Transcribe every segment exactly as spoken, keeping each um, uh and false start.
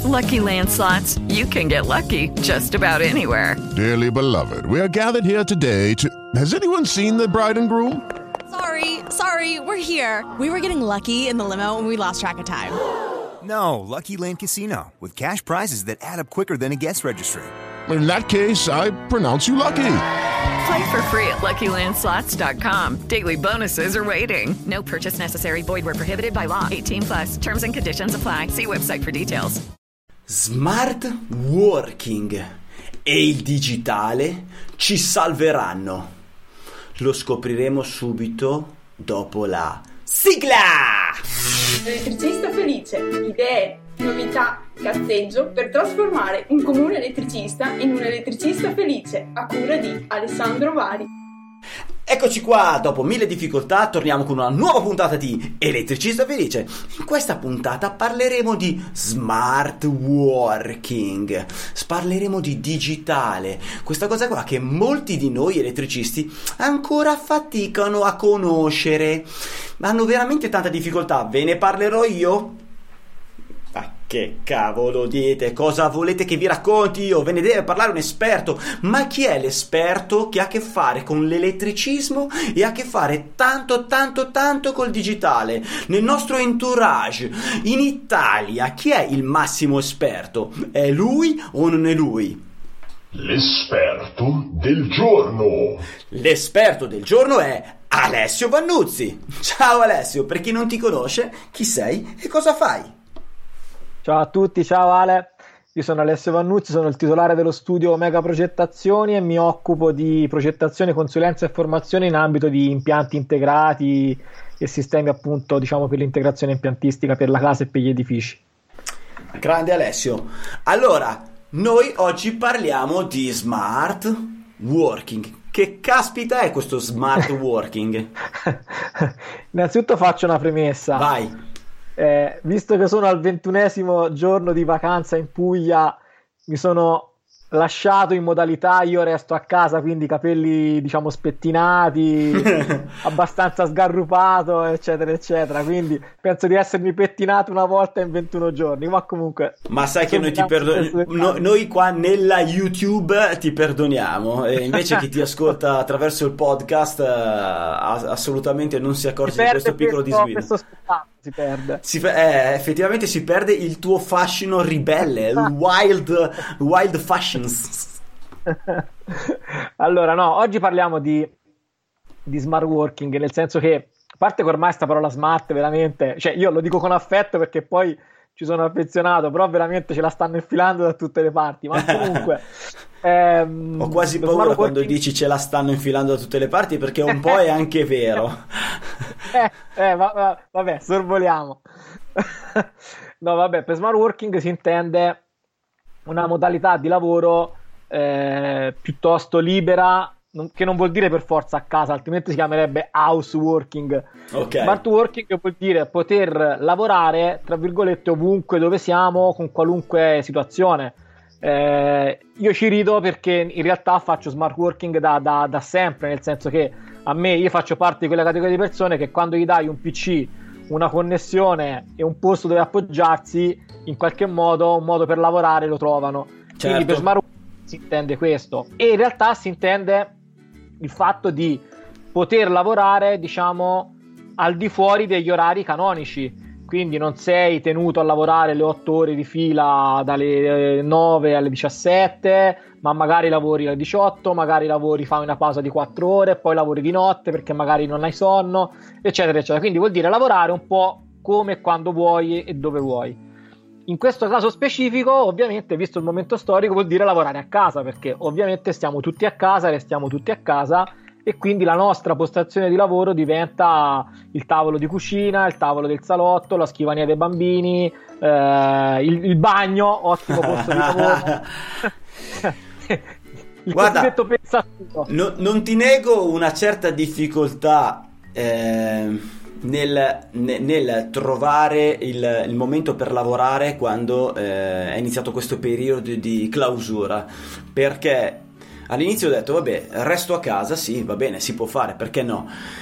Lucky Land Slots, you can get lucky just about anywhere. Dearly beloved, we are gathered here today to... Has anyone seen the bride and groom? Sorry, sorry, we're here. We were getting lucky in the limo and we lost track of time. No, Lucky Land Casino, with cash prizes that add up quicker than a guest registry. In that case, I pronounce you lucky. Play for free at Lucky Land Slots dot com. Daily bonuses are waiting. No purchase necessary. Void where prohibited by law. eighteen plus. Terms and conditions apply. See website for details. Smart working e il digitale ci salveranno. Lo scopriremo subito dopo la sigla! Elettricista felice, idee, novità, cazzeggio per trasformare un comune elettricista in un elettricista felice, a cura di Alessandro Vari. Eccoci qua, dopo mille difficoltà torniamo con una nuova puntata di Elettricista Felice. In questa puntata parleremo di smart working, parleremo di digitale, questa cosa qua che molti di noi elettricisti ancora faticano a conoscere, hanno veramente tanta difficoltà. Ve ne parlerò io? Ma che cavolo dite? Cosa volete che vi racconti io? Ve ne deve parlare un esperto. Ma chi è l'esperto che ha a che fare con l'elettricismo e ha a che fare tanto tanto tanto col digitale? Nel nostro entourage in Italia chi è il massimo esperto? È lui o non è lui? L'esperto del giorno. L'esperto del giorno è Alessio Vannuzzi. Ciao Alessio, per chi non ti conosce, chi sei e cosa fai? Ciao a tutti, ciao Ale, io sono Alessio Vannuzzi, sono il titolare dello studio Omega Progettazioni e mi occupo di progettazione, consulenza e formazione in ambito di impianti integrati e sistemi appunto diciamo per l'integrazione impiantistica per la casa e per gli edifici. Grande Alessio, allora noi oggi parliamo di smart working. Che caspita è questo smart working? Innanzitutto faccio una premessa. Vai. Eh, visto che sono al ventunesimo giorno di vacanza in Puglia, mi sono lasciato in modalità io resto a casa, quindi capelli diciamo spettinati, abbastanza sgarrupato eccetera eccetera, quindi penso di essermi pettinato una volta in ventuno giorni, ma comunque ma sai che noi ti perdoniamo, no, noi qua nella YouTube ti perdoniamo e invece chi ti ascolta attraverso il podcast uh, assolutamente non si accorge di questo piccolo disguido. Si perde. Si, eh, effettivamente si perde il tuo fascino ribelle, il wild, wild fashions. Allora, no, oggi parliamo di, di smart working, nel senso che, a parte che ormai sta parola smart veramente, cioè io lo dico con affetto perché poi ci sono affezionato, però veramente ce la stanno infilando da tutte le parti, ma comunque... ehm, ho quasi paura quando working... dici ce la stanno infilando da tutte le parti, perché un po' è anche vero. eh, eh va, va, vabbè, sorvoliamo. No, vabbè, per smart working si intende una modalità di lavoro eh, piuttosto libera, non, che non vuol dire per forza a casa, altrimenti si chiamerebbe house working. Okay. Smart working vuol dire poter lavorare tra virgolette ovunque, dove siamo, con qualunque situazione. Eh, io ci rido perché in realtà faccio smart working da, da, da sempre, nel senso che a me, io faccio parte di quella categoria di persone che quando gli dai un P C, una connessione e un posto dove appoggiarsi, in qualche modo un modo per lavorare lo trovano. Certo. Quindi per smart working si intende questo, e in realtà si intende il fatto di poter lavorare diciamo al di fuori degli orari canonici. Quindi non sei tenuto a lavorare le otto ore di fila dalle nove alle diciassette, ma magari lavori alle diciotto, magari lavori, fai una pausa di quattro ore, poi lavori di notte perché magari non hai sonno, eccetera, eccetera. Quindi vuol dire lavorare un po' come e quando vuoi e dove vuoi. In questo caso specifico, ovviamente, visto il momento storico, vuol dire lavorare a casa, perché ovviamente stiamo tutti a casa, restiamo tutti a casa, e quindi la nostra postazione di lavoro diventa il tavolo di cucina, il tavolo del salotto, la scrivania dei bambini, eh, il, il bagno, ottimo posto di lavoro. Il Guarda, pensativo. No, non ti nego una certa difficoltà eh, nel, nel, nel trovare il, il momento per lavorare quando eh, è iniziato questo periodo di clausura, perché all'inizio ho detto vabbè, resto a casa, sì, va bene, si può fare, perché no?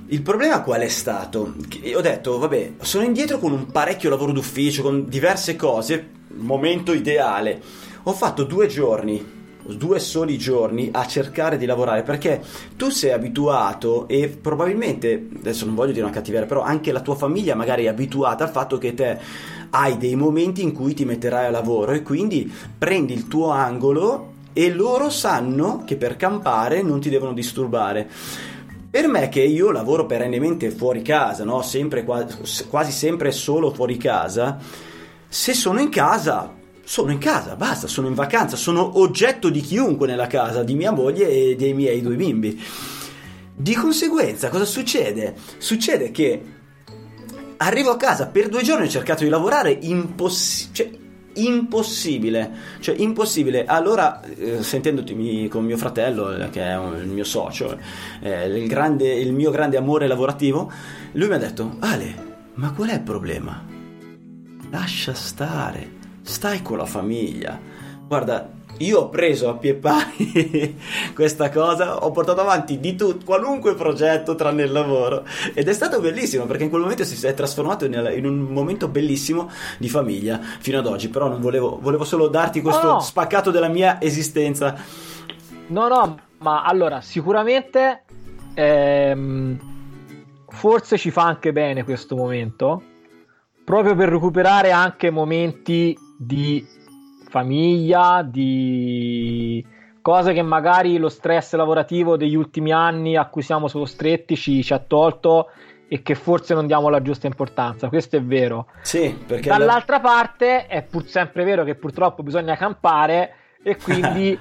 Il problema qual è stato? Che ho detto, vabbè, sono indietro con un parecchio lavoro d'ufficio, con diverse cose, momento ideale. Ho fatto due giorni, due soli giorni a cercare di lavorare, perché tu sei abituato e probabilmente, adesso non voglio dire una cattiveria, però anche la tua famiglia magari è abituata al fatto che te hai dei momenti in cui ti metterai a lavoro e quindi prendi il tuo angolo e loro sanno che per campare non ti devono disturbare. Per me, che io lavoro perennemente fuori casa, no? Sempre, quasi, quasi sempre solo fuori casa, se sono in casa, sono in casa, basta, sono in vacanza, sono oggetto di chiunque nella casa, di mia moglie e dei miei due bimbi. Di conseguenza, cosa succede? Succede che arrivo a casa, per due giorni ho cercato di lavorare, impossibile, cioè, impossibile, cioè impossibile. Allora, eh, sentendoti con mio fratello, eh, che è un, il mio socio, eh, il, grande, il mio grande amore lavorativo, lui mi ha detto: Ale, ma qual è il problema? Lascia stare, stai con la famiglia. Guarda, io ho preso a pie pari questa cosa, ho portato avanti di tutto, qualunque progetto tranne il lavoro, ed è stato bellissimo, perché in quel momento si è trasformato in, in un momento bellissimo di famiglia fino ad oggi. Però non volevo, volevo solo darti questo no, no. spaccato della mia esistenza. No, no, ma allora sicuramente ehm, forse ci fa anche bene questo momento, proprio per recuperare anche momenti di famiglia, di cose che magari lo stress lavorativo degli ultimi anni a cui siamo costretti ci, ci ha tolto e che forse non diamo la giusta importanza. Questo è vero. Sì, perché dall'altra la... parte è pur sempre vero che purtroppo bisogna campare e quindi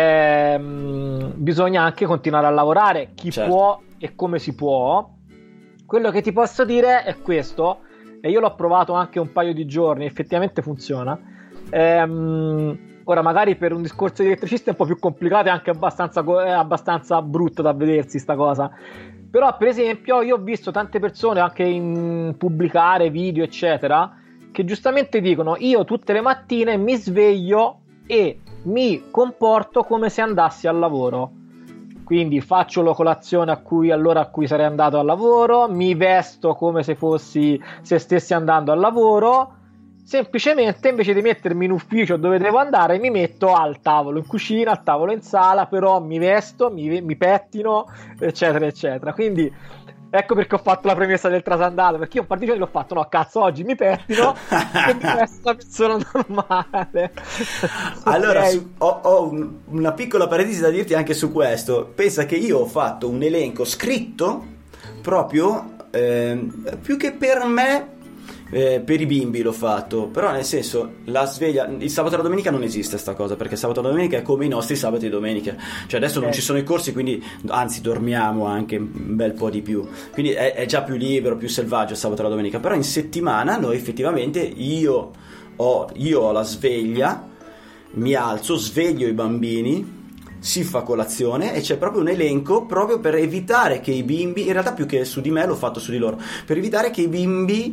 ehm, bisogna anche continuare a lavorare, chi certo. può e come si può. Quello che ti posso dire è questo, e io l'ho provato anche un paio di giorni, effettivamente funziona. Ehm, ora magari per un discorso di elettricista è un po' più complicato e anche abbastanza, è abbastanza brutto da vedersi sta cosa, però per esempio io ho visto tante persone anche in pubblicare video eccetera che giustamente dicono: io tutte le mattine mi sveglio e mi comporto come se andassi al lavoro, quindi faccio la colazione a cui all'ora a cui sarei andato al lavoro, mi vesto come se fossi se stessi andando al lavoro. Semplicemente invece di mettermi in ufficio dove devo andare, mi metto al tavolo in cucina, al tavolo in sala, però mi vesto, mi, mi pettino, eccetera, eccetera. Quindi ecco perché ho fatto la premessa del trasandato, perché io un par di giorni l'ho fatto, no, cazzo, oggi mi pettino e mi vesto una persona normale. Allora, okay. su, ho, ho un, una piccola parentesi da dirti anche su questo. Pensa che io ho fatto un elenco scritto proprio, eh, più che per me, Eh, per i bimbi l'ho fatto, però nel senso, la sveglia, il sabato e la domenica non esiste sta cosa, perché il sabato e la domenica è come i nostri sabati e domenica, cioè adesso okay. non ci sono i corsi, quindi anzi dormiamo anche un bel po' di più, quindi è, è già più libero, più selvaggio il sabato e la domenica. Però in settimana noi effettivamente io ho, io ho la sveglia, mi alzo, sveglio i bambini, si fa colazione e c'è proprio un elenco proprio per evitare che i bimbi, in realtà più che su di me l'ho fatto su di loro, per evitare che i bimbi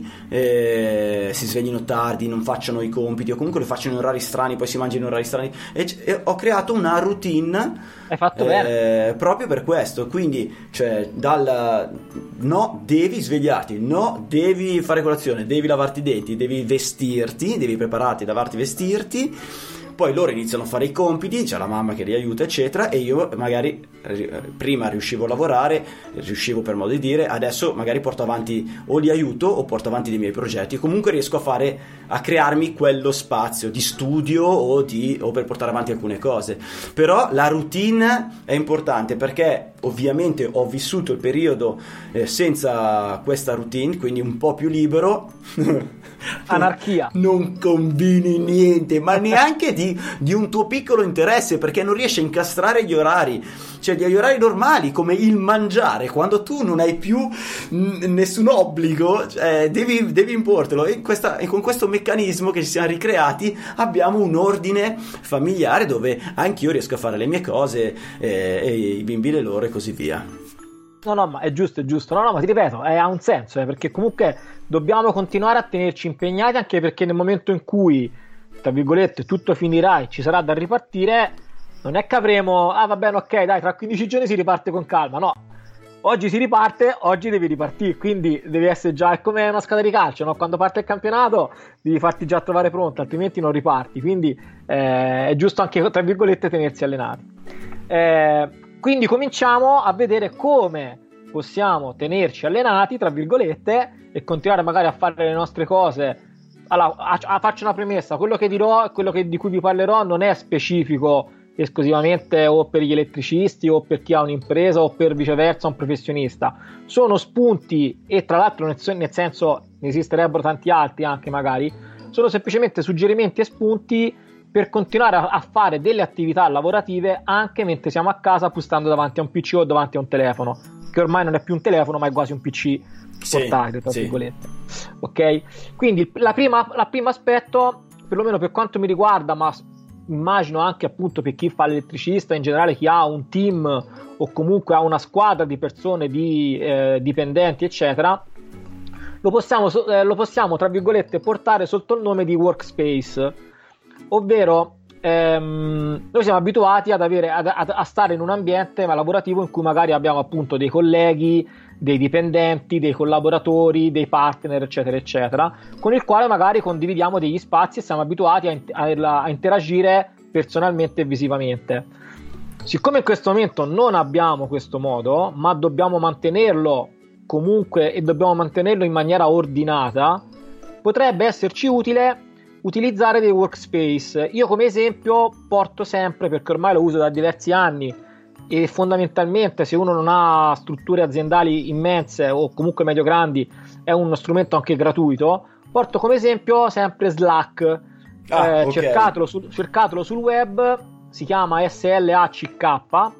eh, si sveglino tardi, non facciano i compiti o comunque li facciano in orari strani, poi si mangiano in orari strani, e, e ho creato una routine. Hai fatto eh, bene. Proprio per questo, quindi cioè dal no devi svegliarti, no devi fare colazione, devi lavarti i denti, devi vestirti, devi prepararti, lavarti, vestirti. Poi loro iniziano a fare i compiti, c'è la mamma che li aiuta eccetera, e io magari prima riuscivo a lavorare, riuscivo per modo di dire, adesso magari porto avanti o li aiuto o porto avanti dei miei progetti, comunque riesco a fare, a crearmi quello spazio di studio o, di, o per portare avanti alcune cose. Però la routine è importante, perché ovviamente ho vissuto il periodo eh, senza questa routine, quindi un po' più libero. Anarchia. Non combini niente, ma neanche di, di un tuo piccolo interesse, perché non riesci a incastrare gli orari, cioè gli orari normali come il mangiare, quando tu non hai più n- nessun obbligo, cioè devi, devi importelo. E, in questa, e con questo meccanismo che ci siamo ricreati abbiamo un ordine familiare dove anch'io riesco a fare le mie cose eh, e i bimbi le loro e così via. No, no, ma è giusto, è giusto. No, no, ma ti ripeto, è, ha un senso, eh, perché comunque dobbiamo continuare a tenerci impegnati, anche perché nel momento in cui, tra virgolette, tutto finirà e ci sarà da ripartire, non è che avremo, ah va bene, ok, dai, tra quindici giorni si riparte con calma, no. oggi si riparte, oggi devi ripartire, quindi devi essere già, è come una squadra di calcio, no? Quando parte il campionato devi farti già trovare pronto, altrimenti non riparti, quindi eh, è giusto anche, tra virgolette, tenersi allenati. Eh, quindi cominciamo a vedere come possiamo tenerci allenati, tra virgolette, e continuare magari a fare le nostre cose. Allora, a, a, faccio una premessa: quello che dirò, quello che, di cui vi parlerò, non è specifico esclusivamente o per gli elettricisti o per chi ha un'impresa o per viceversa un professionista. Sono spunti, e tra l'altro nel, nel senso ne esisterebbero tanti altri anche, magari sono semplicemente suggerimenti e spunti per continuare a, a fare delle attività lavorative anche mentre siamo a casa, stando davanti a un P C o davanti a un telefono, che ormai non è più un telefono ma è quasi un P C portatile, tra virgolette. Ok, quindi la prima, la primo aspetto, perlomeno per quanto mi riguarda, ma immagino anche appunto per chi fa l'elettricista, in generale chi ha un team o comunque ha una squadra di persone, di eh, dipendenti eccetera, lo possiamo, eh, lo possiamo tra virgolette portare sotto il nome di workspace, ovvero ehm, noi siamo abituati ad avere, ad, ad, a stare in un ambiente lavorativo in cui magari abbiamo appunto dei colleghi, dei dipendenti, dei collaboratori, dei partner eccetera eccetera, con il quale magari condividiamo degli spazi e siamo abituati a, a, a interagire personalmente e visivamente. Siccome in questo momento non abbiamo questo modo, ma dobbiamo mantenerlo comunque e dobbiamo mantenerlo in maniera ordinata, potrebbe esserci utile utilizzare dei workspace. Io come esempio porto sempre, perché ormai lo uso da diversi anni, e fondamentalmente se uno non ha strutture aziendali immense o comunque medio grandi è uno strumento anche gratuito, porto come esempio sempre Slack. ah, eh, okay. cercatelo, su, cercatelo sul web, si chiama S L A C K.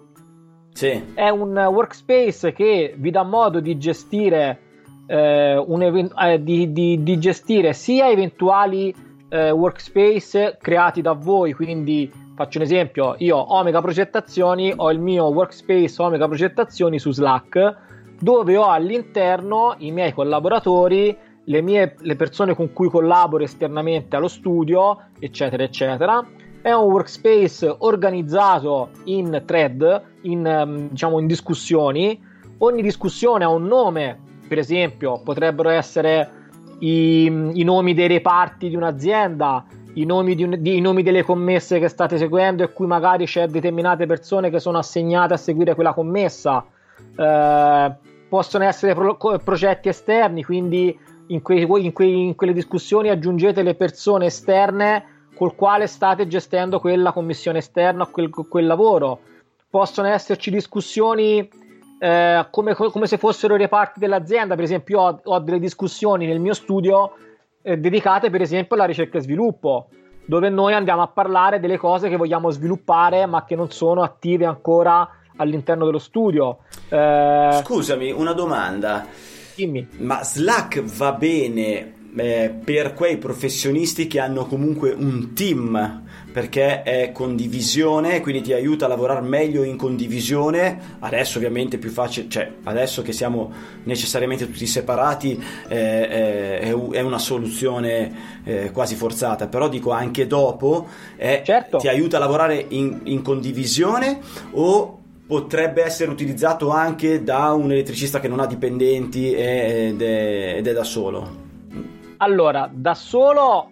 Sì. È un workspace che vi dà modo di gestire eh, un event- eh, di, di, di gestire sia eventuali eh, workspace creati da voi, quindi faccio un esempio: io Omega Progettazioni, ho il mio workspace Omega Progettazioni su Slack, dove ho all'interno i miei collaboratori, le mie le persone con cui collaboro esternamente allo studio, eccetera eccetera. È un workspace organizzato in thread, in diciamo in discussioni. Ogni discussione ha un nome, per esempio potrebbero essere i, i nomi dei reparti di un'azienda, i nomi, di un, di, i nomi delle commesse che state seguendo e cui magari c'è determinate persone che sono assegnate a seguire quella commessa. Eh, possono essere pro, progetti esterni, quindi in, quei, in, quei, in quelle discussioni aggiungete le persone esterne col quale state gestendo quella commissione esterna, quel, quel lavoro. Possono esserci discussioni eh, come, come se fossero i reparti dell'azienda. Per esempio ho, ho delle discussioni nel mio studio eh, dedicate per esempio alla ricerca e sviluppo, dove noi andiamo a parlare delle cose che vogliamo sviluppare ma che non sono attive ancora all'interno dello studio. Eh... Scusami, una domanda. Dimmi. Ma Slack va bene Eh, per quei professionisti che hanno comunque un team, perché è condivisione, quindi ti aiuta a lavorare meglio in condivisione? Adesso ovviamente è più facile, cioè adesso che siamo necessariamente tutti separati eh, è, è una soluzione eh, quasi forzata, però dico anche dopo eh, certo. Ti aiuta a lavorare in, in condivisione, o potrebbe essere utilizzato anche da un elettricista che non ha dipendenti ed è, ed è da solo? Allora, da solo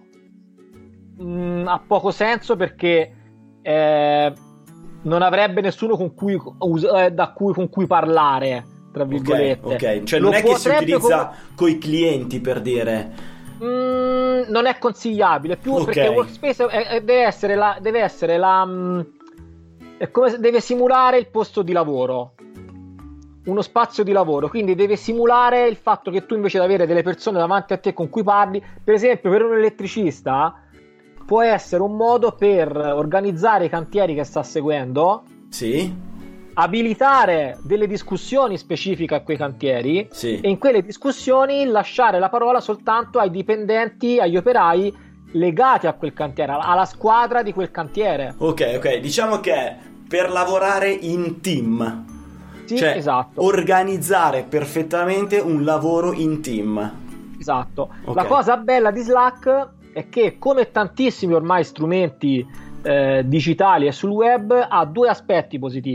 mh, ha poco senso, perché eh, non avrebbe nessuno con cui, eh, da cui, con cui parlare, tra virgolette. Ok, okay. Cioè non Lo è che si utilizza com- coi clienti, per dire. Mm, non è consigliabile più, okay. Perché workspace è, è, deve essere la, deve essere la mh, è come se deve simulare il posto di lavoro, uno spazio di lavoro, quindi deve simulare il fatto che tu, invece di avere delle persone davanti a te con cui parli, per esempio per un elettricista può essere un modo per organizzare i cantieri che sta seguendo, sì, abilitare delle discussioni specifiche a quei cantieri, sì, e in quelle discussioni lasciare la parola soltanto ai dipendenti, agli operai legati a quel cantiere, alla squadra di quel cantiere. Ok, ok, diciamo che per lavorare in team. Sì, cioè, esatto. Organizzare perfettamente un lavoro in team. Esatto. Okay. La cosa bella di Slack è che, come tantissimi ormai strumenti eh, digitali e sul web, ha due aspetti positivi.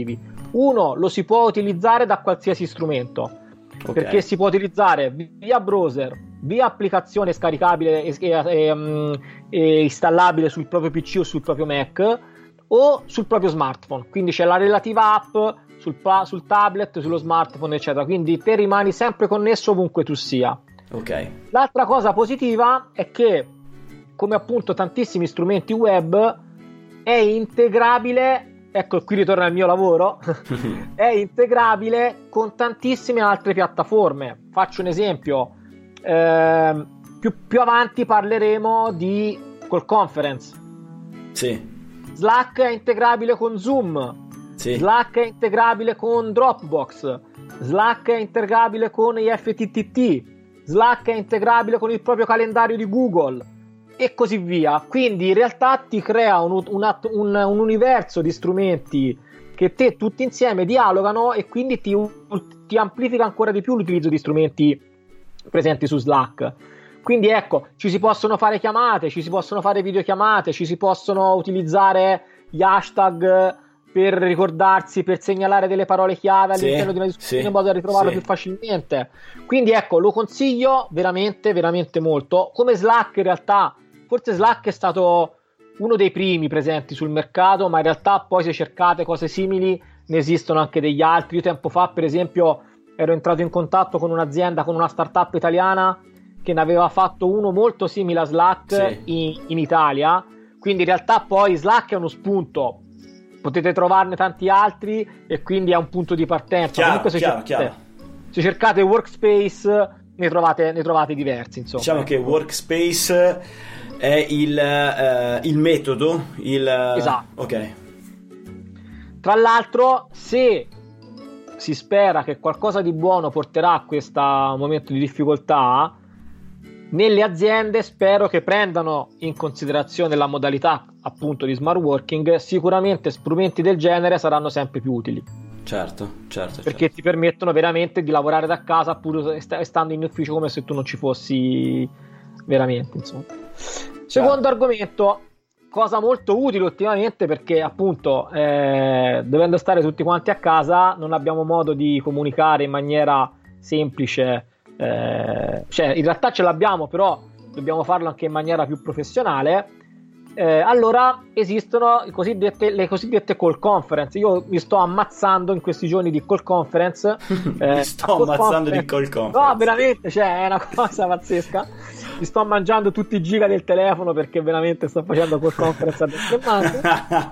Uno, lo si può utilizzare da qualsiasi strumento, okay. Perché si può utilizzare via browser, via applicazione scaricabile e, e, e, e installabile sul proprio P C o sul proprio Mac o sul proprio smartphone, quindi c'è la relativa app sul, sul tablet, sullo smartphone eccetera, quindi te rimani sempre connesso ovunque tu sia. Ok. L'altra cosa positiva è che, come appunto tantissimi strumenti web, è integrabile, ecco qui ritorna il mio lavoro, è integrabile con tantissime altre piattaforme. Faccio un esempio, eh, più, più avanti parleremo di Call Conference. Sì. Slack è integrabile con Zoom, sì. Slack è integrabile con Dropbox, Slack è integrabile con i F T T T, Slack è integrabile con il proprio calendario di Google e così via. Quindi in realtà ti crea un, un, un, un universo di strumenti che te tutti insieme dialogano e quindi ti, ti amplifica ancora di più l'utilizzo di strumenti presenti su Slack. Quindi ecco, ci si possono fare chiamate, ci si possono fare videochiamate, ci si possono utilizzare gli hashtag per ricordarsi, per segnalare delle parole chiave all'interno sì, di una discussione sì, in modo da ritrovarlo sì. più facilmente. Quindi ecco, lo consiglio veramente, veramente molto. Come Slack in realtà, forse Slack è stato uno dei primi presenti sul mercato, ma in realtà poi se cercate cose simili ne esistono anche degli altri. Io tempo fa, per esempio, ero entrato in contatto con un'azienda, con una startup italiana che ne aveva fatto uno molto simile a Slack sì. in, in Italia. Quindi in realtà poi Slack è uno spunto, potete trovarne tanti altri e quindi è un punto di partenza. Chiaro, Comunque se, chiaro, cercate, chiaro. se cercate workspace ne trovate, ne trovate diversi, insomma. Diciamo che workspace è il, uh, il metodo, il esatto. Ok. Tra l'altro, se si spera che qualcosa di buono porterà a questo momento di difficoltà, nelle aziende spero che prendano in considerazione la modalità appunto di smart working. Sicuramente strumenti del genere saranno sempre più utili. Certo, certo. Perché certo. ti permettono veramente di lavorare da casa pur stando in ufficio come se tu non ci fossi veramente, insomma. Certo. Secondo argomento, cosa molto utile ultimamente perché appunto eh, dovendo stare tutti quanti a casa non abbiamo modo di comunicare in maniera semplice. Eh, cioè in realtà ce l'abbiamo, però dobbiamo farlo anche in maniera più professionale. Eh, allora esistono i cosiddette, le cosiddette call conference. Io mi sto ammazzando in questi giorni di call conference. Eh, mi sto call ammazzando conference. di call conference. No, veramente, cioè è una cosa pazzesca. Mi sto mangiando tutti i giga del telefono perché veramente sto facendo call conference a destra e manca.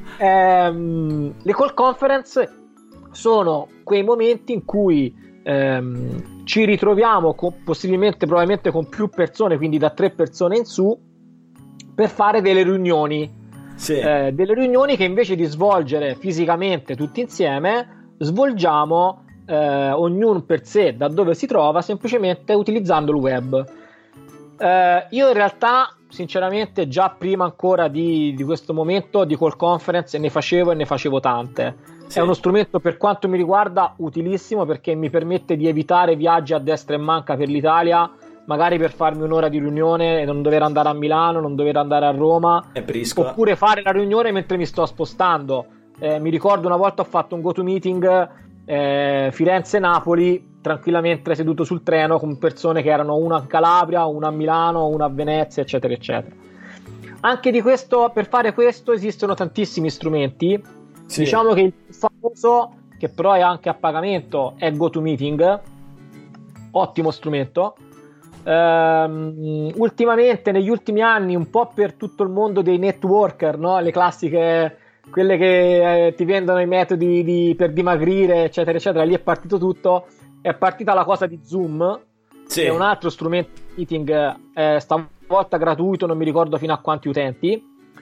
Eh, le call conference sono quei momenti in cui ehm, ci ritroviamo con, possibilmente probabilmente con più persone, quindi da tre persone in su, per fare delle riunioni sì. eh, delle riunioni che invece di svolgere fisicamente tutti insieme svolgiamo eh, ognuno per sé da dove si trova, semplicemente utilizzando il web. eh, io in realtà sinceramente già prima ancora di, di questo momento di call conference ne facevo e ne facevo tante. Sì. È uno strumento per quanto mi riguarda utilissimo perché mi permette di evitare viaggi a destra e manca per l'Italia, magari per farmi un'ora di riunione e non dover andare a Milano, non dover andare a Roma, oppure fare la riunione mentre mi sto spostando. Eh, mi ricordo una volta ho fatto un GoToMeeting eh, Firenze-Napoli, tranquillamente seduto sul treno con persone che erano una a Calabria, una a Milano, una a Venezia, eccetera, eccetera. Anche di questo, per fare questo esistono tantissimi strumenti. Sì. Diciamo che il più famoso, che però è anche a pagamento, è GoToMeeting, ottimo strumento. Um, ultimamente negli ultimi anni un po' per tutto il mondo dei networker, no? Le classiche, quelle che eh, ti vendono i metodi di, per dimagrire eccetera eccetera, lì è partito tutto. È partita la cosa di Zoom, sì. È un altro strumento di meeting, eh, stavolta gratuito, non mi ricordo fino a quanti utenti.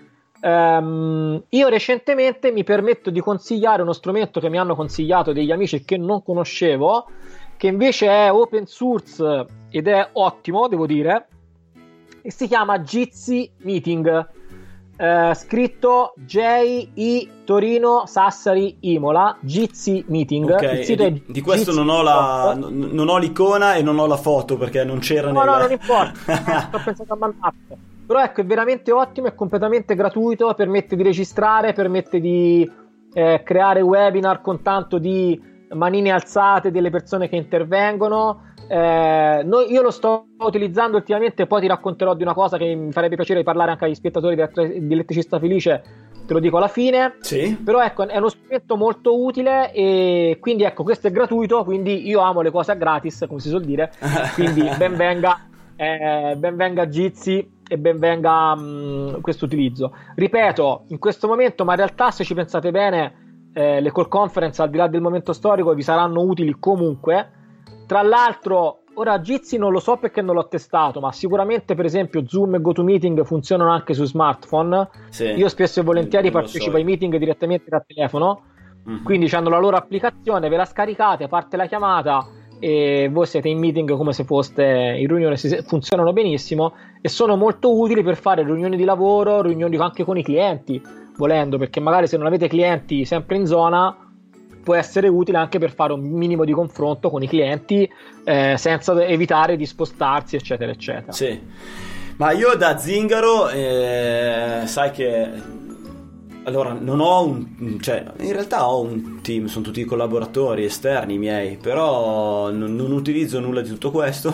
Um, io recentemente mi permetto di consigliare uno strumento che mi hanno consigliato degli amici che non conoscevo, che invece è open source ed è ottimo, devo dire, e si chiama Jitsi Meeting, eh, scritto J I Torino Sassari Imola, Jitsi Meeting. Okay, il sito di, di questo non ho, la, n- non ho l'icona e non ho la foto perché non c'era no, nella... no, non importa, ho pensato a mandarlo. Però ecco, è veramente ottimo, è completamente gratuito, permette di registrare, permette di eh, creare webinar con tanto di manine alzate delle persone che intervengono. Eh, noi, io lo sto utilizzando ultimamente, poi ti racconterò di una cosa che mi farebbe piacere di parlare anche agli spettatori di Elettricista Felice, te lo dico alla fine. Sì. Però ecco, è uno strumento molto utile, e quindi ecco, questo è gratuito, quindi io amo le cose a gratis, come si suol dire, quindi ben venga, eh, ben venga Jitsi e ben venga mh, questo utilizzo. Ripeto, in questo momento, ma in realtà se ci pensate bene, eh, le call conference, al di là del momento storico, vi saranno utili comunque. Tra l'altro, ora Jitsi non lo so perché non l'ho testato, ma sicuramente per esempio Zoom e GoToMeeting funzionano anche su smartphone. Sì. Io spesso e volentieri Non lo partecipo so. ai meeting direttamente dal telefono, Mhm. quindi hanno la loro applicazione, ve la scaricate, parte la chiamata e voi siete in meeting come se foste in riunione. Si- funzionano benissimo e sono molto utili per fare riunioni di lavoro, riunioni anche con i clienti, volendo, perché magari se non avete clienti sempre in zona, può essere utile anche per fare un minimo di confronto con i clienti, eh, senza evitare di spostarsi, eccetera eccetera. Sì, ma io da zingaro, eh, sai che allora non ho un, cioè in realtà ho un team, sono tutti collaboratori esterni miei, però non, non utilizzo nulla di tutto questo.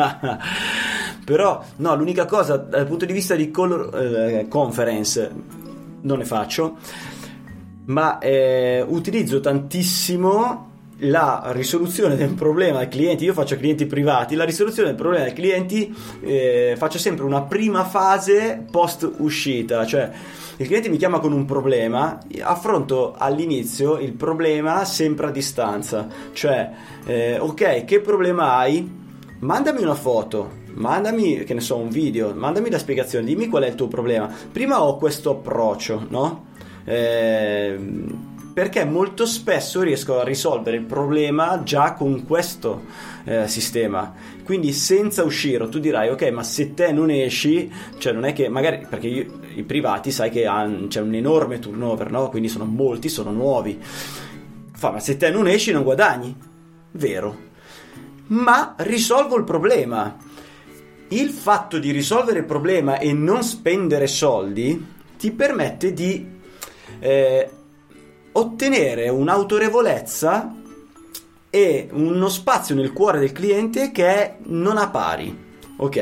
Però no, l'unica cosa dal punto di vista di call, eh, conference non ne faccio, ma eh, utilizzo tantissimo la risoluzione del problema del cliente. Io faccio clienti privati, la risoluzione del problema dei clienti, eh, faccio sempre una prima fase post uscita, cioè il cliente mi chiama con un problema, affronto all'inizio il problema sempre a distanza, cioè eh, ok, che problema hai? Mandami una foto, mandami, che ne so, un video, mandami la spiegazione, dimmi qual è il tuo problema. Prima ho questo approccio, no? Eh, perché molto spesso riesco a risolvere il problema già con questo eh, sistema, quindi senza uscire. Tu dirai ok, ma se te non esci, cioè non è che magari, perché io, i privati sai che han, c'è un enorme turnover, no? Quindi sono molti, sono nuovi. Fa, ma se te non esci non guadagni, vero, ma risolvo il problema. Il fatto di risolvere il problema e non spendere soldi ti permette di eh, ottenere un'autorevolezza e uno spazio nel cuore del cliente che è non a pari, ok?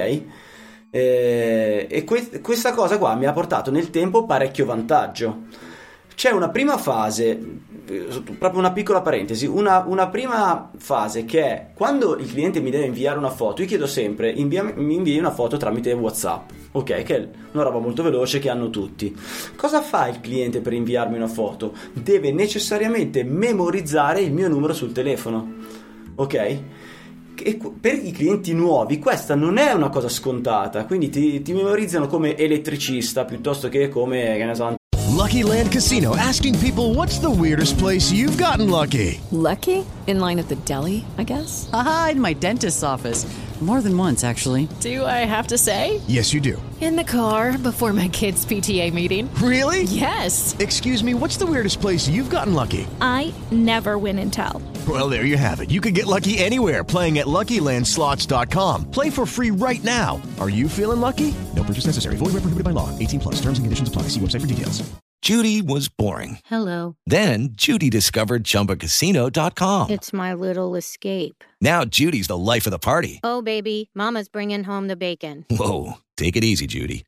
Eh, e que- questa cosa qua mi ha portato nel tempo parecchio vantaggio. C'è una prima fase, proprio una piccola parentesi, una, una prima fase che è quando il cliente mi deve inviare una foto. Io chiedo sempre, invia, mi invii una foto tramite WhatsApp, ok? Che è una roba molto veloce che hanno tutti. Cosa fa il cliente per inviarmi una foto? Deve necessariamente memorizzare il mio numero sul telefono, ok? E per i clienti nuovi questa non è una cosa scontata, quindi ti, ti memorizzano come elettricista piuttosto che come, che ne so, Lucky Land Casino, asking people, what's the weirdest place you've gotten lucky? Lucky? In line at the deli, I guess? Aha, in my dentist's office. More than once, actually. Do I have to say? Yes, you do. In the car before my kids' P T A meeting. Really? Yes. Excuse me, what's the weirdest place you've gotten lucky? I never win and tell. Well, there you have it. You can get lucky anywhere, playing at Lucky Land Slots dot com. Play for free right now. Are you feeling lucky? No purchase necessary. Void where prohibited by law. eighteen plus. Terms and conditions apply. See website for details. Judy was boring. Hello. Then Judy discovered Chumba Casino dot com. It's my little escape. Now Judy's the life of the party. Oh, baby, mama's bringing home the bacon. Whoa, take it easy, Judy.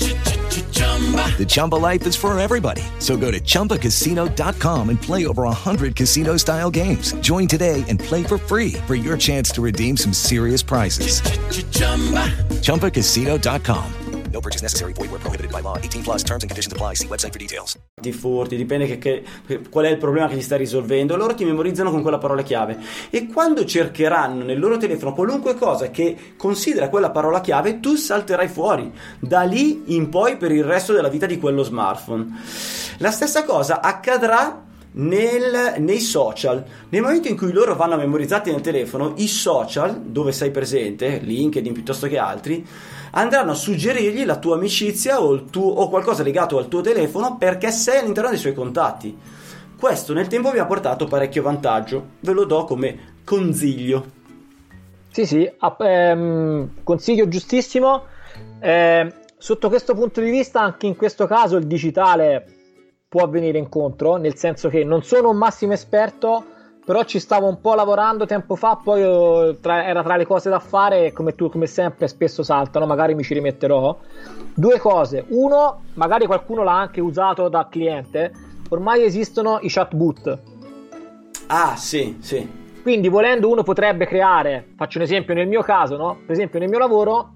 The Chumba life is for everybody. So go to Chumba Casino dot com and play over one hundred casino-style games. Join today and play for free for your chance to redeem some serious prizes. Chumba Casino dot com. No purchase necessary. Void where prohibited by law. eighteen plus. Terms and conditions apply. See website for details. Ti furti, dipende che, che, qual è il problema che gli stai risolvendo. Loro ti memorizzano con quella parola chiave e quando cercheranno nel loro telefono qualunque cosa che considera quella parola chiave, tu salterai fuori da lì in poi per il resto della vita di quello smartphone. La stessa cosa accadrà Nel, nei social. Nel momento in cui loro vanno memorizzati nel telefono, i social dove sei presente, LinkedIn piuttosto che altri, andranno a suggerirgli la tua amicizia o, il tuo, o qualcosa legato al tuo telefono perché sei all'interno dei suoi contatti. Questo nel tempo mi ha portato parecchio vantaggio, ve lo do come consiglio. Sì sì, ehm, consiglio giustissimo. Eh, sotto questo punto di vista, anche in questo caso il digitale può venire incontro, nel senso che non sono un massimo esperto, però ci stavo un po' lavorando tempo fa, poi io, tra, era tra le cose da fare, come tu come sempre spesso saltano, magari mi ci rimetterò. Due cose: uno, magari qualcuno l'ha anche usato da cliente, ormai esistono i chatbot. Ah sì, sì. Quindi volendo uno potrebbe creare, faccio un esempio nel mio caso, no? Per esempio nel mio lavoro,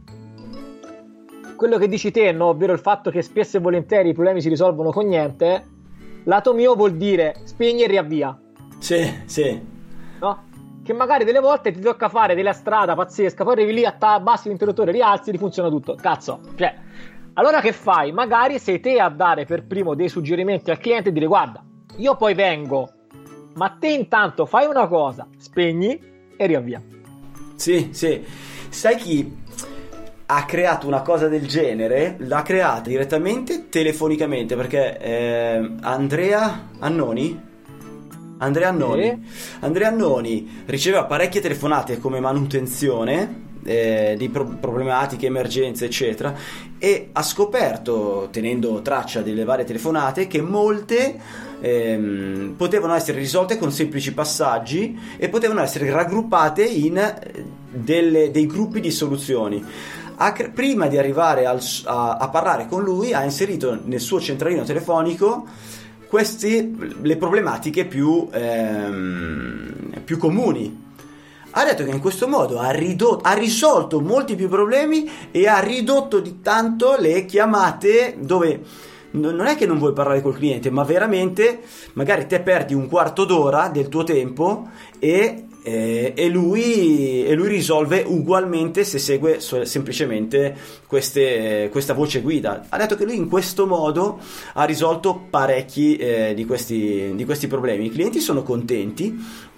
quello che dici te, no? Ovvero il fatto che spesso e volentieri i problemi si risolvono con niente, lato mio vuol dire spegni e riavvia. Sì, sì. No? Che magari delle volte ti tocca fare della strada pazzesca, poi arrivi lì, abbassi l'interruttore, rialzi, rifunziona tutto. Cazzo, cioè, allora che fai? Magari sei te a dare per primo dei suggerimenti al cliente e dire: guarda, io poi vengo, ma te intanto fai una cosa, spegni e riavvia. Sì, sì. Sai chi ha creato una cosa del genere? L'ha creata direttamente telefonicamente, perché eh, Andrea Annoni Andrea Annoni sì. Andrea Annoni riceveva parecchie telefonate come manutenzione eh, di pro- problematiche, emergenze eccetera, e ha scoperto, tenendo traccia delle varie telefonate, che molte ehm, potevano essere risolte con semplici passaggi e potevano essere raggruppate in delle, dei gruppi di soluzioni. Ha, prima di arrivare al, a, a parlare con lui, ha inserito nel suo centralino telefonico queste le problematiche più, ehm, più comuni. Ha detto che in questo modo ha, ridotto, ha risolto molti più problemi e ha ridotto di tanto le chiamate, dove non è che non vuoi parlare col cliente, ma veramente magari te perdi un quarto d'ora del tuo tempo e E, e, lui, e lui risolve ugualmente se segue so, semplicemente queste, questa voce guida. Ha detto che lui in questo modo ha risolto parecchi eh, di, questi, di questi problemi. I clienti sono contenti.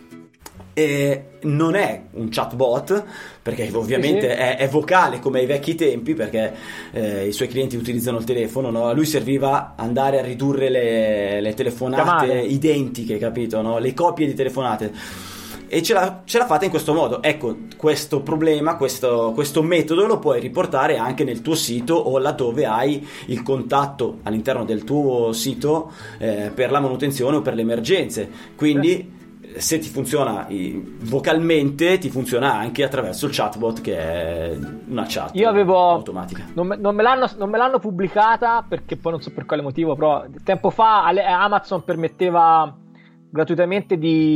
E non è un chatbot, perché ovviamente sì, sì. È, è vocale come ai vecchi tempi, perché eh, i suoi clienti utilizzano il telefono, no? A lui serviva andare a ridurre le, le telefonate Chiamare. identiche, capito? No? Le copie di telefonate. E ce l'ha, ce l'ha fatta in questo modo. Ecco, questo problema, questo, questo metodo lo puoi riportare anche nel tuo sito o laddove hai il contatto all'interno del tuo sito eh, per la manutenzione o per le emergenze. Quindi eh. se ti funziona i, vocalmente, ti funziona anche attraverso il chatbot, che è una chat Io avevo, automatica. Non me, non, me l'hanno, non me l'hanno pubblicata perché poi non so per quale motivo, però tempo fa Amazon permetteva gratuitamente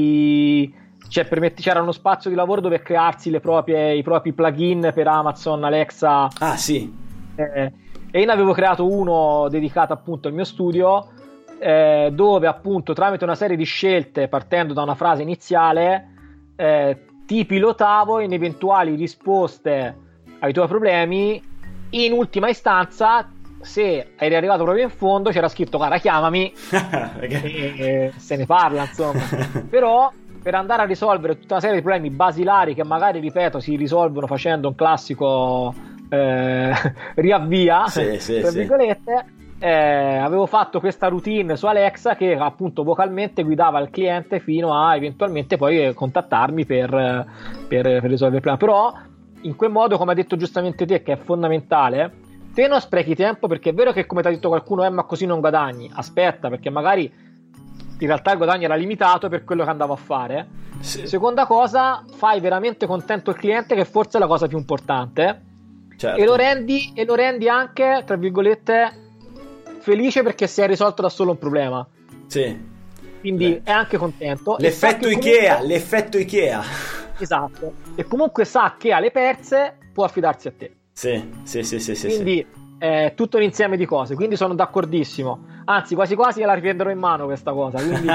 di... Cioè, permette, c'era uno spazio di lavoro dove crearsi le proprie, i propri plugin per Amazon Alexa. Ah sì. Eh, e io ne avevo creato uno dedicato appunto al mio studio, eh, dove appunto tramite una serie di scelte, partendo da una frase iniziale, eh, ti pilotavo in eventuali risposte ai tuoi problemi. In ultima istanza, se eri arrivato proprio in fondo, c'era scritto: cara, chiamami e, e se ne parla, insomma. Però per andare a risolvere tutta una serie di problemi basilari che magari, ripeto, si risolvono facendo un classico eh, riavvia, sì, sì, tra virgolette, sì. eh, avevo fatto questa routine su Alexa che appunto vocalmente guidava il cliente fino a eventualmente poi contattarmi per, per, per risolvere il problema. Però in quel modo, come ha detto giustamente te, che è fondamentale, te non sprechi tempo, perché è vero che, come ti ha detto qualcuno, eh, ma così non guadagni. Aspetta, perché magari in realtà il guadagno era limitato per quello che andavo a fare. Sì. Seconda cosa, fai veramente contento il cliente, che forse è la cosa più importante. Certo. E lo rendi, e lo rendi anche, tra virgolette, felice, perché si è risolto da solo un problema. Sì. Quindi Beh. è anche contento. L'effetto Ikea, comunque... l'effetto Ikea. Esatto. E comunque sa che alle perse può affidarsi a te. Sì, sì, sì, sì, sì. Quindi sì. è tutto un insieme di cose, quindi sono d'accordissimo. Anzi, quasi quasi la riprenderò in mano questa cosa, quindi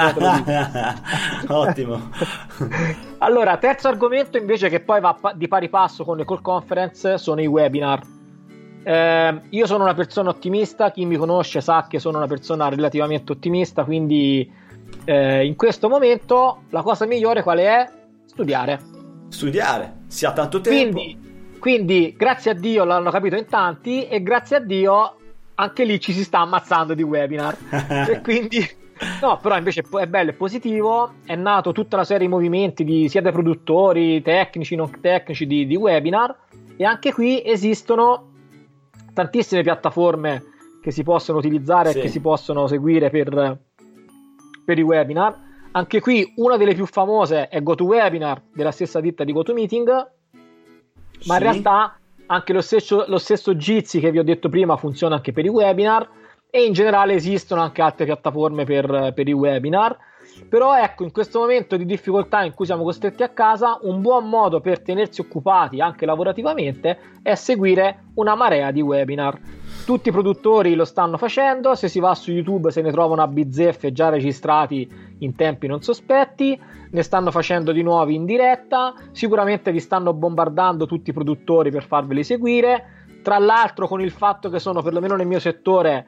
ottimo. Allora, terzo argomento invece, che poi va di pari passo con le call conference, sono i webinar. Eh, io sono una persona ottimista, chi mi conosce sa che sono una persona relativamente ottimista, quindi eh, in questo momento la cosa migliore quale è? Studiare. Studiare, si ha tanto tempo. Quindi, quindi grazie a Dio l'hanno capito in tanti, e grazie a Dio anche lì ci si sta ammazzando di webinar. E quindi no, però invece è bello, è positivo. È nato tutta una serie di movimenti di, sia dai produttori tecnici, non tecnici, di, di webinar, e anche qui esistono tantissime piattaforme che si possono utilizzare sì. e che si possono seguire per, per i webinar. Anche qui una delle più famose è GoToWebinar, della stessa ditta di GoToMeeting, ma sì. in realtà anche lo stesso, lo stesso Jitsi che vi ho detto prima funziona anche per i webinar, e in generale esistono anche altre piattaforme per, per i webinar. Però ecco, in questo momento di difficoltà in cui siamo costretti a casa, un buon modo per tenersi occupati anche lavorativamente è seguire una marea di webinar. Tutti i produttori lo stanno facendo, se si va su YouTube se ne trovano a bizzeffe già registrati in tempi non sospetti, ne stanno facendo di nuovi in diretta, sicuramente vi stanno bombardando tutti i produttori per farveli seguire. Tra l'altro, con il fatto che sono, perlomeno nel mio settore,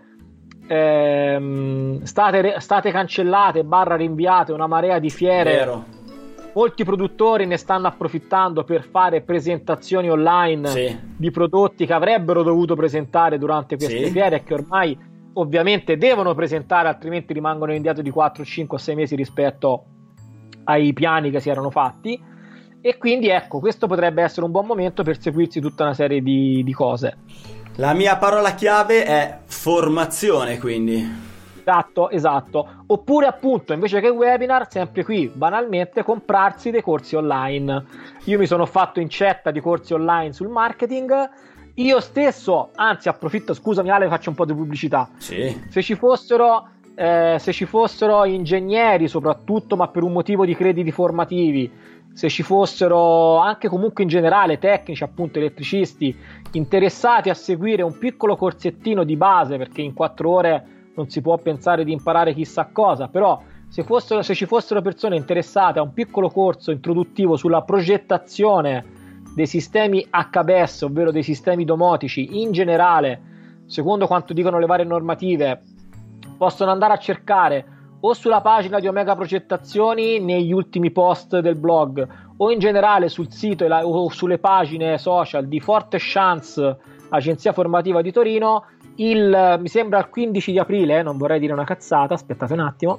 ehm, state, state cancellate barra rinviate una marea di fiere, Vero. molti produttori ne stanno approfittando per fare presentazioni online sì. di prodotti che avrebbero dovuto presentare durante queste sì. fiere e che ormai ovviamente devono presentare, altrimenti rimangono indietro di quattro, cinque o sei mesi rispetto ai piani che si erano fatti. E quindi ecco, questo potrebbe essere un buon momento per seguirsi tutta una serie di, di cose. La mia parola chiave è formazione, quindi. Esatto, esatto. Oppure appunto, invece che webinar, sempre qui, banalmente, comprarsi dei corsi online. Io mi sono fatto incetta di corsi online sul marketing. Io stesso, anzi approfitto, scusami Ale, faccio un po' di pubblicità. Sì. Se ci fossero, eh, se ci fossero ingegneri soprattutto, ma per un motivo di crediti formativi, se ci fossero anche comunque in generale tecnici, appunto elettricisti, interessati a seguire un piccolo corsettino di base, perché in quattro ore non si può pensare di imparare chissà cosa, però se, fossero, se ci fossero persone interessate a un piccolo corso introduttivo sulla progettazione dei sistemi H B S, ovvero dei sistemi domotici in generale, secondo quanto dicono le varie normative, possono andare a cercare o sulla pagina di Omega Progettazioni negli ultimi post del blog, o in generale sul sito o sulle pagine social di Forte Chance, agenzia formativa di Torino. Il, mi sembra il quindici di aprile, non vorrei dire una cazzata, aspettate un attimo,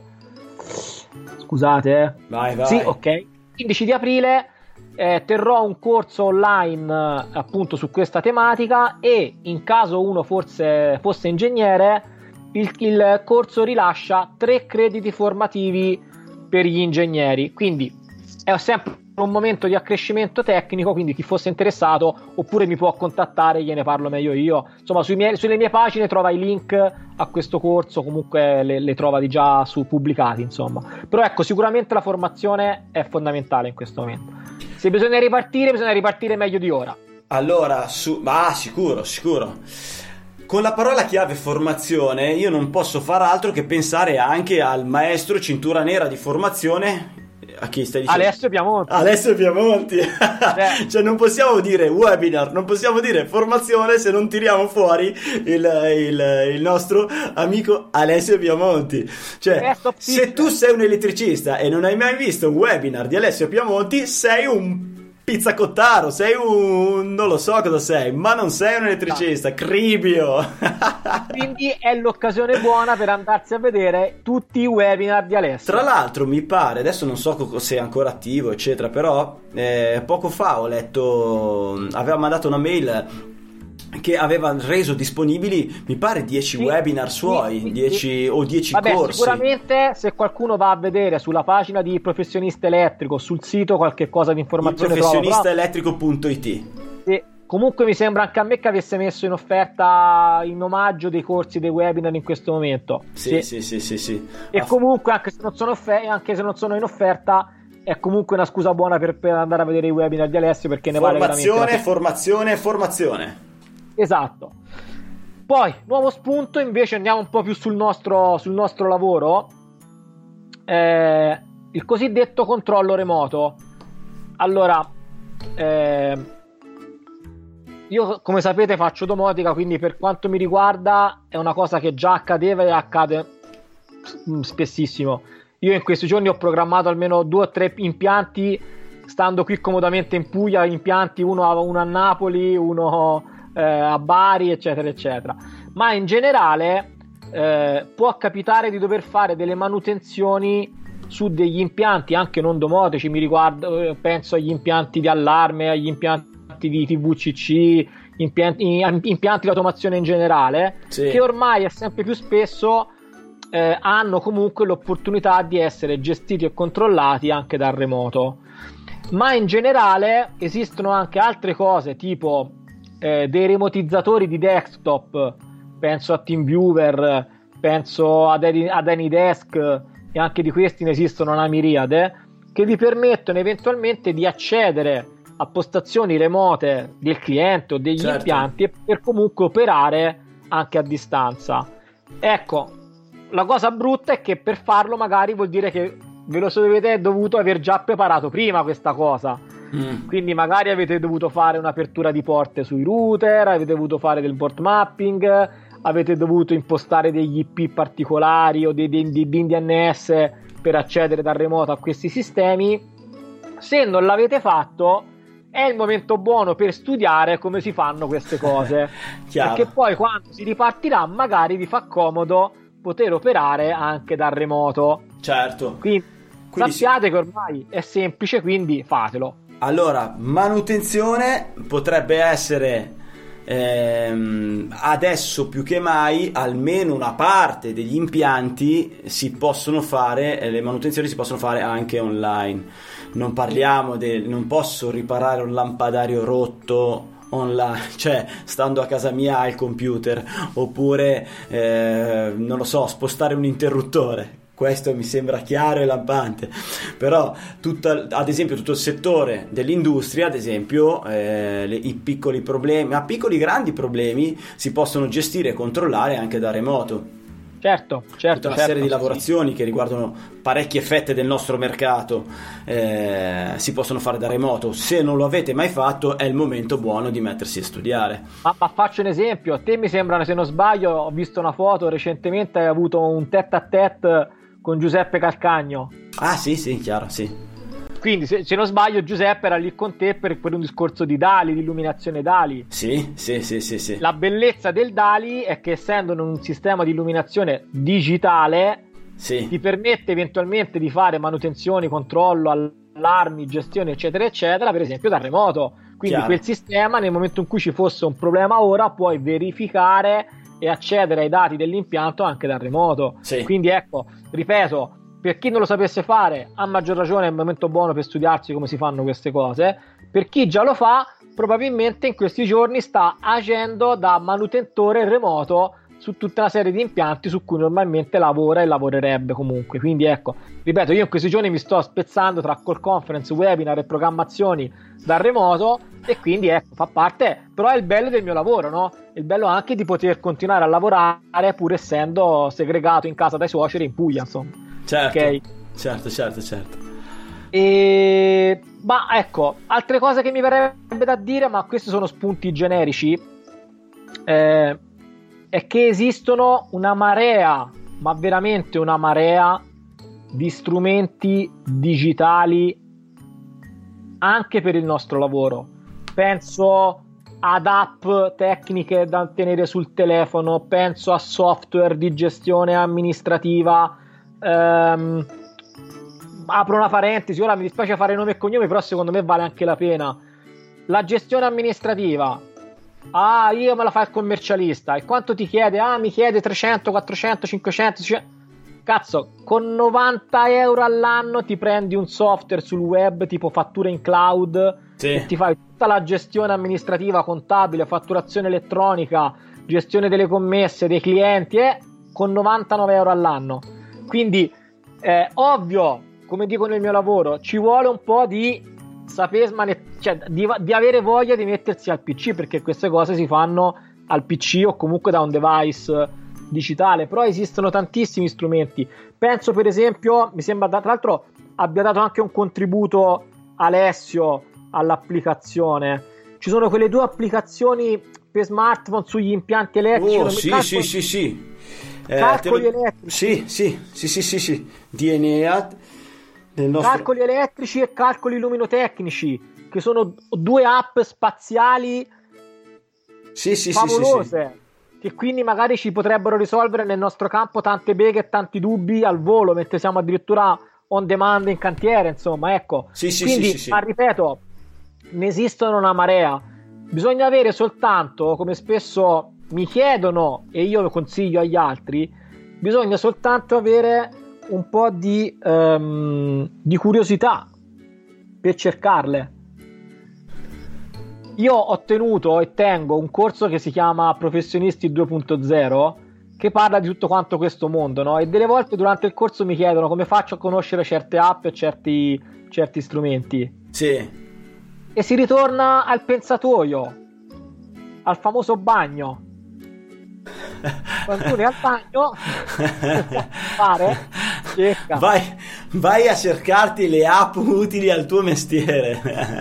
scusate, eh. vai vai sì, ok, quindici di aprile eh, terrò un corso online eh, appunto su questa tematica, e in caso uno forse fosse ingegnere, il, il corso rilascia tre crediti formativi per gli ingegneri, quindi è sempre un momento di accrescimento tecnico, quindi chi fosse interessato oppure mi può contattare, gliene parlo meglio io. Insomma, sui miei, sulle mie pagine trova i link a questo corso, comunque le, le trova di già su pubblicati, insomma. Però ecco, sicuramente la formazione è fondamentale in questo momento. Se bisogna ripartire, bisogna ripartire meglio di ora. Allora, su... ah, sicuro, sicuro. Con la parola chiave formazione io non posso far altro che pensare anche al maestro cintura nera di formazione. A chi stai dicendo? Alessio Piamonti. Alessio Piamonti. Eh. Cioè non possiamo dire webinar, non possiamo dire formazione se non tiriamo fuori il, il, il nostro amico Alessio Piamonti. Cioè se tu sei un elettricista e non hai mai visto un webinar di Alessio Piamonti, sei un pizzacottaro, sei un... non lo so cosa sei, ma non sei un elettricista, no. Cribio. Quindi è l'occasione buona per andarsi a vedere tutti i webinar di Alessio. Tra l'altro mi pare, adesso non so se è ancora attivo eccetera, però eh, poco fa ho letto, aveva mandato una mail che aveva reso disponibili, mi pare, dieci sì, webinar suoi, sì, dieci sì. o dieci Vabbè, corsi. Sicuramente se qualcuno va a vedere sulla pagina di Professionista Elettrico, sul sito, qualche cosa di informazione, professionista elettrico punto it. Sì. Comunque mi sembra anche a me che avesse messo in offerta in omaggio dei corsi, dei webinar in questo momento. Sì, sì, sì, sì, sì. E ah, comunque anche se non sono offer- anche se non sono in offerta, è comunque una scusa buona per, per andare a vedere i webinar di Alessio, perché ne vale veramente la pena. Formazione, formazione, formazione. Esatto. Poi, nuovo spunto, invece andiamo un po' più sul nostro, sul nostro lavoro, eh, il cosiddetto controllo remoto. Allora, eh, io come sapete faccio domotica, quindi per quanto mi riguarda è una cosa che già accadeva e accade spessissimo. Io in questi giorni ho programmato almeno due o tre impianti, stando qui comodamente in Puglia, impianti uno a, uno a Napoli, uno eh, a Bari, eccetera eccetera. Ma in generale eh, può capitare di dover fare delle manutenzioni su degli impianti anche non domotici. Mi riguardo, penso agli impianti di allarme, agli impianti di T V C C, impianti, impianti di automazione in generale, sì. che ormai è sempre più spesso eh, hanno comunque l'opportunità di essere gestiti e controllati anche dal remoto. Ma in generale esistono anche altre cose, tipo eh, dei remotizzatori di desktop, penso a TeamViewer, penso ad, ad AnyDesk, e anche di questi ne esistono una miriade, che vi permettono eventualmente di accedere a postazioni remote del cliente o degli certo. impianti e per comunque operare anche a distanza. Ecco, la cosa brutta è che per farlo magari vuol dire che ve lo avete dovuto aver già preparato prima questa cosa, mm. quindi magari avete dovuto fare un'apertura di porte sui router, avete dovuto fare del port mapping, avete dovuto impostare degli I P particolari o dei, dei, dei bin D N S per accedere dal remoto a questi sistemi. Se non l'avete fatto è il momento buono per studiare come si fanno queste cose perché poi quando si ripartirà magari vi fa comodo poter operare anche dal remoto. Certo. Quindi, quindi sappiate sì. che ormai è semplice, quindi fatelo. Allora, manutenzione potrebbe essere ehm, adesso più che mai, almeno una parte degli impianti si possono fare, le manutenzioni si possono fare anche online. Non parliamo del non posso riparare un lampadario rotto online, cioè stando a casa mia al computer, oppure eh, non lo so, spostare un interruttore. Questo mi sembra chiaro e lampante, però tutta, ad esempio tutto il settore dell'industria, ad esempio eh, le, i piccoli problemi, ma piccoli grandi problemi si possono gestire e controllare anche da remoto. Certo, certo. Tutta una certo, serie di lavorazioni sì. che riguardano parecchie fette del nostro mercato eh, si possono fare da remoto. Se non lo avete mai fatto è il momento buono di mettersi a studiare. Ma, ma faccio un esempio, a te mi sembra, se non sbaglio, ho visto una foto recentemente, hai avuto un tête a tête con Giuseppe Calcagno. Ah sì, sì, chiaro, sì. Quindi se, se non sbaglio Giuseppe era lì con te per, per un discorso di DALI, di illuminazione DALI. Sì, sì, sì, sì, sì. La bellezza del DALI è che essendo un sistema di illuminazione digitale sì. ti permette eventualmente di fare manutenzioni, controllo, allarmi, gestione eccetera eccetera, per esempio da remoto. Quindi chiaro. Quel sistema nel momento in cui ci fosse un problema ora puoi verificare e accedere ai dati dell'impianto anche da remoto. Sì. Quindi ecco, ripeto, per chi non lo sapesse fare, a maggior ragione è il momento buono per studiarsi come si fanno queste cose. Per chi già lo fa, probabilmente in questi giorni sta agendo da manutentore remoto su tutta una serie di impianti su cui normalmente lavora e lavorerebbe comunque. Quindi ecco, ripeto, io in questi giorni mi sto spezzando tra call conference, webinar e programmazioni da remoto e quindi ecco, fa parte, però è il bello del mio lavoro, no? Il bello anche di poter continuare a lavorare pur essendo segregato in casa dai suoceri in Puglia, insomma. Certo, okay. certo, certo, certo. E... ma ecco, altre cose che mi verrebbe da dire, ma questi sono spunti generici, eh, è che esistono una marea, ma veramente una marea di strumenti digitali anche per il nostro lavoro. Penso ad app tecniche da tenere sul telefono, penso a software di gestione amministrativa. Um, apro una parentesi, ora mi dispiace fare nome e cognome, però secondo me vale anche la pena. La gestione amministrativa, ah, io me la fa il commercialista, e quanto ti chiede? Ah, mi chiede trecento, quattrocento, cinquecento, seicento. Cazzo, con novanta euro all'anno ti prendi un software sul web tipo fattura in cloud, sì. e ti fai tutta la gestione amministrativa, contabile, fatturazione elettronica, gestione delle commesse, dei clienti, e con novantanove euro all'anno. Quindi eh, ovvio, come dico nel mio lavoro, ci vuole un po' di saper smane- cioè di, di avere voglia di mettersi al P C, perché queste cose si fanno al P C o comunque da un device digitale, però esistono tantissimi strumenti. Penso per esempio, mi sembra tra l'altro abbia dato anche un contributo Alessio all'applicazione. Ci sono quelle due applicazioni per smartphone sugli impianti elettrici. Oh, sì, calcolo... sì, sì, sì. Eh, calcoli lo... elettrici. Sì, sì, sì, sì, sì, sì. D N A del nostro... calcoli elettrici e calcoli luminotecnici, che sono due app spaziali sì, sì, favolose, sì, sì, sì. che quindi magari ci potrebbero risolvere nel nostro campo tante beghe e tanti dubbi al volo, mentre siamo addirittura on demand in cantiere, insomma, ecco. Sì, sì, quindi, sì, sì, sì. ma ripeto, ne esistono una marea. Bisogna avere soltanto, come spesso mi chiedono e io lo consiglio agli altri, bisogna soltanto avere un po' di, um, di curiosità per cercarle. Io ho tenuto e tengo un corso che si chiama Professionisti due punto zero, che parla di tutto quanto questo mondo, no? E delle volte durante il corso mi chiedono come faccio a conoscere certe app e certi, certi strumenti. Sì. E si ritorna al pensatoio, al famoso bagno. Quando tu vai al bagno, fare, cerca. Vai, vai a cercarti le app utili al tuo mestiere.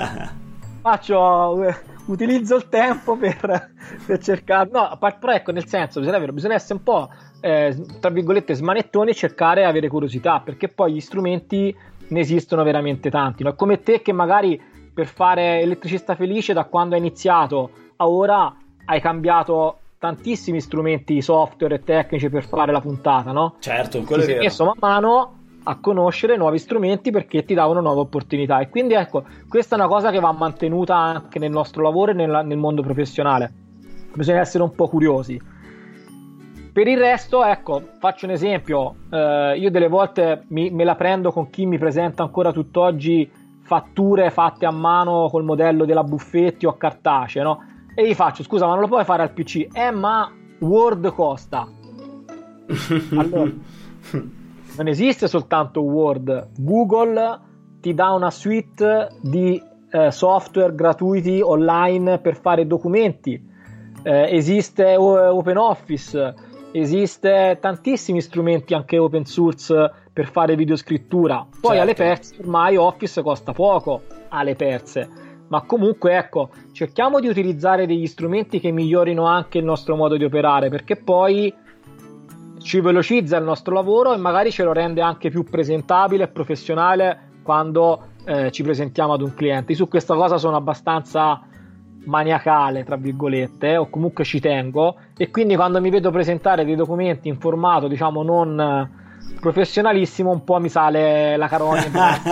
Faccio, utilizzo il tempo per, per cercare. No, però ecco, nel senso, bisogna, bisogna essere un po', eh, tra virgolette, smanettoni e cercare e avere curiosità, perché poi gli strumenti ne esistono veramente tanti. No? È come te che magari per fare elettricista felice, da quando hai iniziato a ora, hai cambiato tantissimi strumenti software e tecnici per fare la puntata, no? Certo, quello ti è vero. Ti sei messo man mano a conoscere nuovi strumenti perché ti davano nuove opportunità, e quindi ecco, questa è una cosa che va mantenuta anche nel nostro lavoro e nel, nel mondo professionale. Bisogna essere un po' curiosi. Per il resto, ecco, faccio un esempio, eh, io delle volte mi, me la prendo con chi mi presenta ancora tutt'oggi fatture fatte a mano col modello della Buffetti o cartacee, no? E gli faccio: scusa, ma non lo puoi fare al P C? Eh, ma Word costa. Allora, non esiste soltanto Word. Google ti dà una suite di eh, software gratuiti online per fare documenti. Eh, esiste OpenOffice, esiste tantissimi strumenti anche open source per fare videoscrittura. Poi certo, alle perse ormai Office costa poco, alle perse. Ma comunque ecco, cerchiamo di utilizzare degli strumenti che migliorino anche il nostro modo di operare, perché poi ci velocizza il nostro lavoro e magari ce lo rende anche più presentabile e professionale quando eh, ci presentiamo ad un cliente. Io su questa cosa sono abbastanza maniacale, tra virgolette, eh, o comunque ci tengo, e quindi quando mi vedo presentare dei documenti in formato, diciamo, non professionalissimo, un po' mi sale la carogna.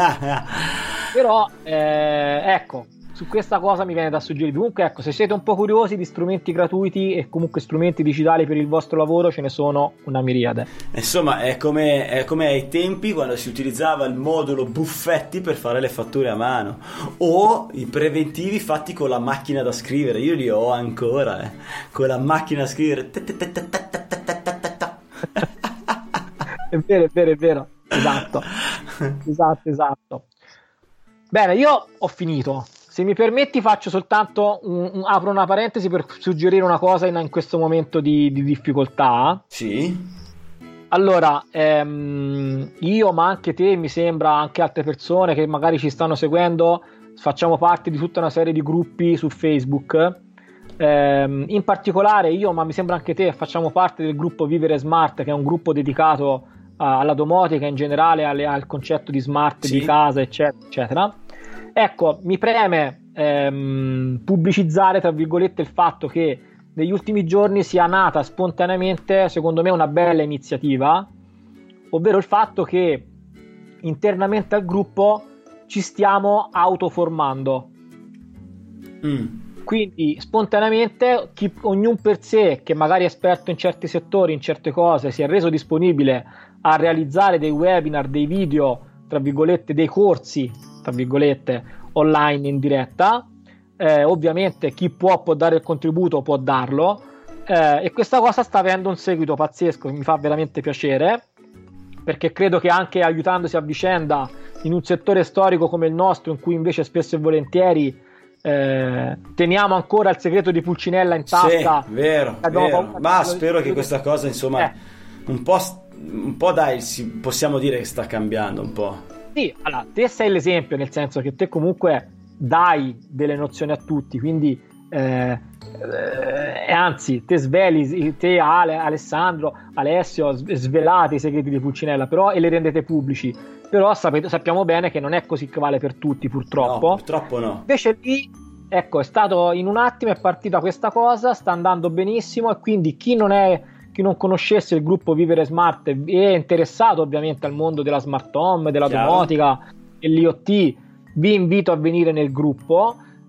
Però eh, ecco, su questa cosa mi viene da suggerire. Comunque ecco, se siete un po' curiosi di strumenti gratuiti e comunque strumenti digitali per il vostro lavoro, ce ne sono una miriade. Insomma, è come, è come ai tempi quando si utilizzava il modulo Buffetti per fare le fatture a mano, o i preventivi fatti con la macchina da scrivere. Io li ho ancora, eh, con la macchina da scrivere. È vero, è vero, è vero. Esatto. Esatto, esatto. Bene, io ho finito. Se mi permetti faccio soltanto un, un, apro una parentesi per suggerire una cosa in, in questo momento di, di difficoltà. Sì. Allora, ehm, io, ma anche te, mi sembra, anche altre persone che magari ci stanno seguendo, facciamo parte di tutta una serie di gruppi su Facebook. Ehm, in particolare io, ma mi sembra anche te, facciamo parte del gruppo Vivere Smart, che è un gruppo dedicato a, alla domotica in generale, alle, al concetto di smart, sì, di casa, eccetera, eccetera. Ecco, mi preme ehm, pubblicizzare, tra virgolette, il fatto che negli ultimi giorni sia nata spontaneamente, secondo me, una bella iniziativa, ovvero il fatto che internamente al gruppo ci stiamo autoformando. Mm. Quindi spontaneamente chi, ognuno per sé, che magari è esperto in certi settori, in certe cose, si è reso disponibile a realizzare dei webinar, dei video, tra virgolette, dei corsi, tra virgolette, online in diretta. Eh, ovviamente chi può può dare il contributo, può darlo, eh, e questa cosa sta avendo un seguito pazzesco che mi fa veramente piacere, perché credo che anche aiutandosi a vicenda in un settore storico come il nostro, in cui invece spesso e volentieri eh, teniamo ancora il segreto di Pulcinella in tasca, sì, vero, vero. Ma spero che questa cosa, insomma, eh. un po', un po' dai, possiamo dire che sta cambiando un po'. Sì, allora, te sei l'esempio, nel senso che te comunque dai delle nozioni a tutti, quindi eh, eh, anzi te sveli, te Ale, Alessandro, Alessio svelate i segreti di Pulcinella, però, e li rendete pubblici, però sapete, sappiamo bene che non è così che vale per tutti, purtroppo. No, purtroppo no. Invece lì, ecco, è stato in un attimo, è partita questa cosa, sta andando benissimo, e quindi chi non è chi non conoscesse il gruppo Vivere Smart e è interessato ovviamente al mondo della smart home, della Chiaro. domotica e l'I O T, vi invito a venire nel gruppo.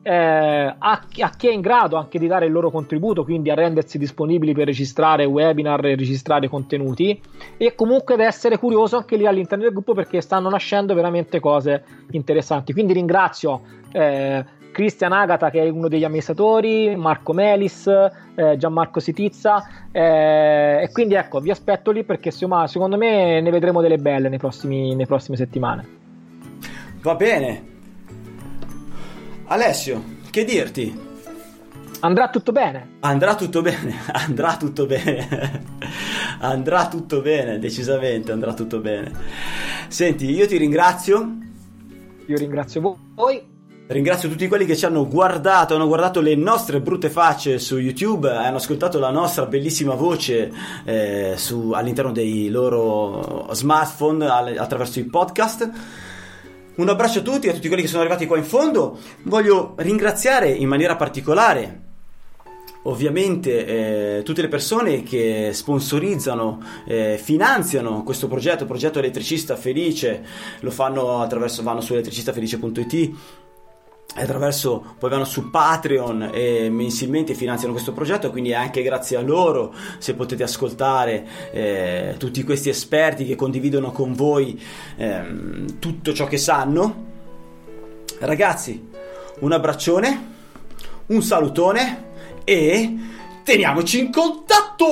eh, a, a chi è in grado anche di dare il loro contributo, quindi a rendersi disponibili per registrare webinar e registrare contenuti, e comunque ad essere curioso anche lì all'interno del gruppo, perché stanno nascendo veramente cose interessanti. Quindi ringrazio eh, Cristian Agata, che è uno degli amministratori, Marco Melis, eh, Gianmarco Sitizza, eh, e quindi ecco, vi aspetto lì, perché insomma, secondo me ne vedremo delle belle nei prossimi, nei prossime settimane. Va bene. Alessio, che dirti? Andrà tutto bene. Andrà tutto bene, andrà tutto bene. Andrà tutto bene, decisamente andrà tutto bene. Senti, io ti ringrazio. Io ringrazio voi. Ringrazio tutti quelli che ci hanno guardato, hanno guardato le nostre brutte facce su YouTube, hanno ascoltato la nostra bellissima voce eh, su, all'interno dei loro smartphone all, attraverso i podcast. Un abbraccio a tutti, a tutti quelli che sono arrivati qua in fondo. Voglio ringraziare in maniera particolare ovviamente eh, tutte le persone che sponsorizzano, eh, finanziano questo progetto, progetto Elettricista Felice. Lo fanno attraverso, vanno su elettricistafelice punto it, attraverso, poi vanno su Patreon e mensilmente finanziano questo progetto, quindi è anche grazie a loro se potete ascoltare eh, tutti questi esperti che condividono con voi eh, tutto ciò che sanno. Ragazzi, un abbraccione, un salutone e teniamoci in contatto!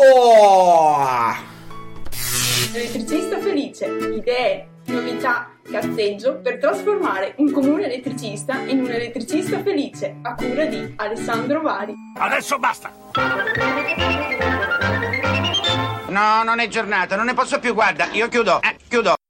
Elettricista Felice, idee, novità, cazzeggio per trasformare un comune elettricista in un elettricista felice, a cura di Alessandro Vari. Adesso basta! No, non è giornata, non ne posso più, guarda, io chiudo, eh, chiudo.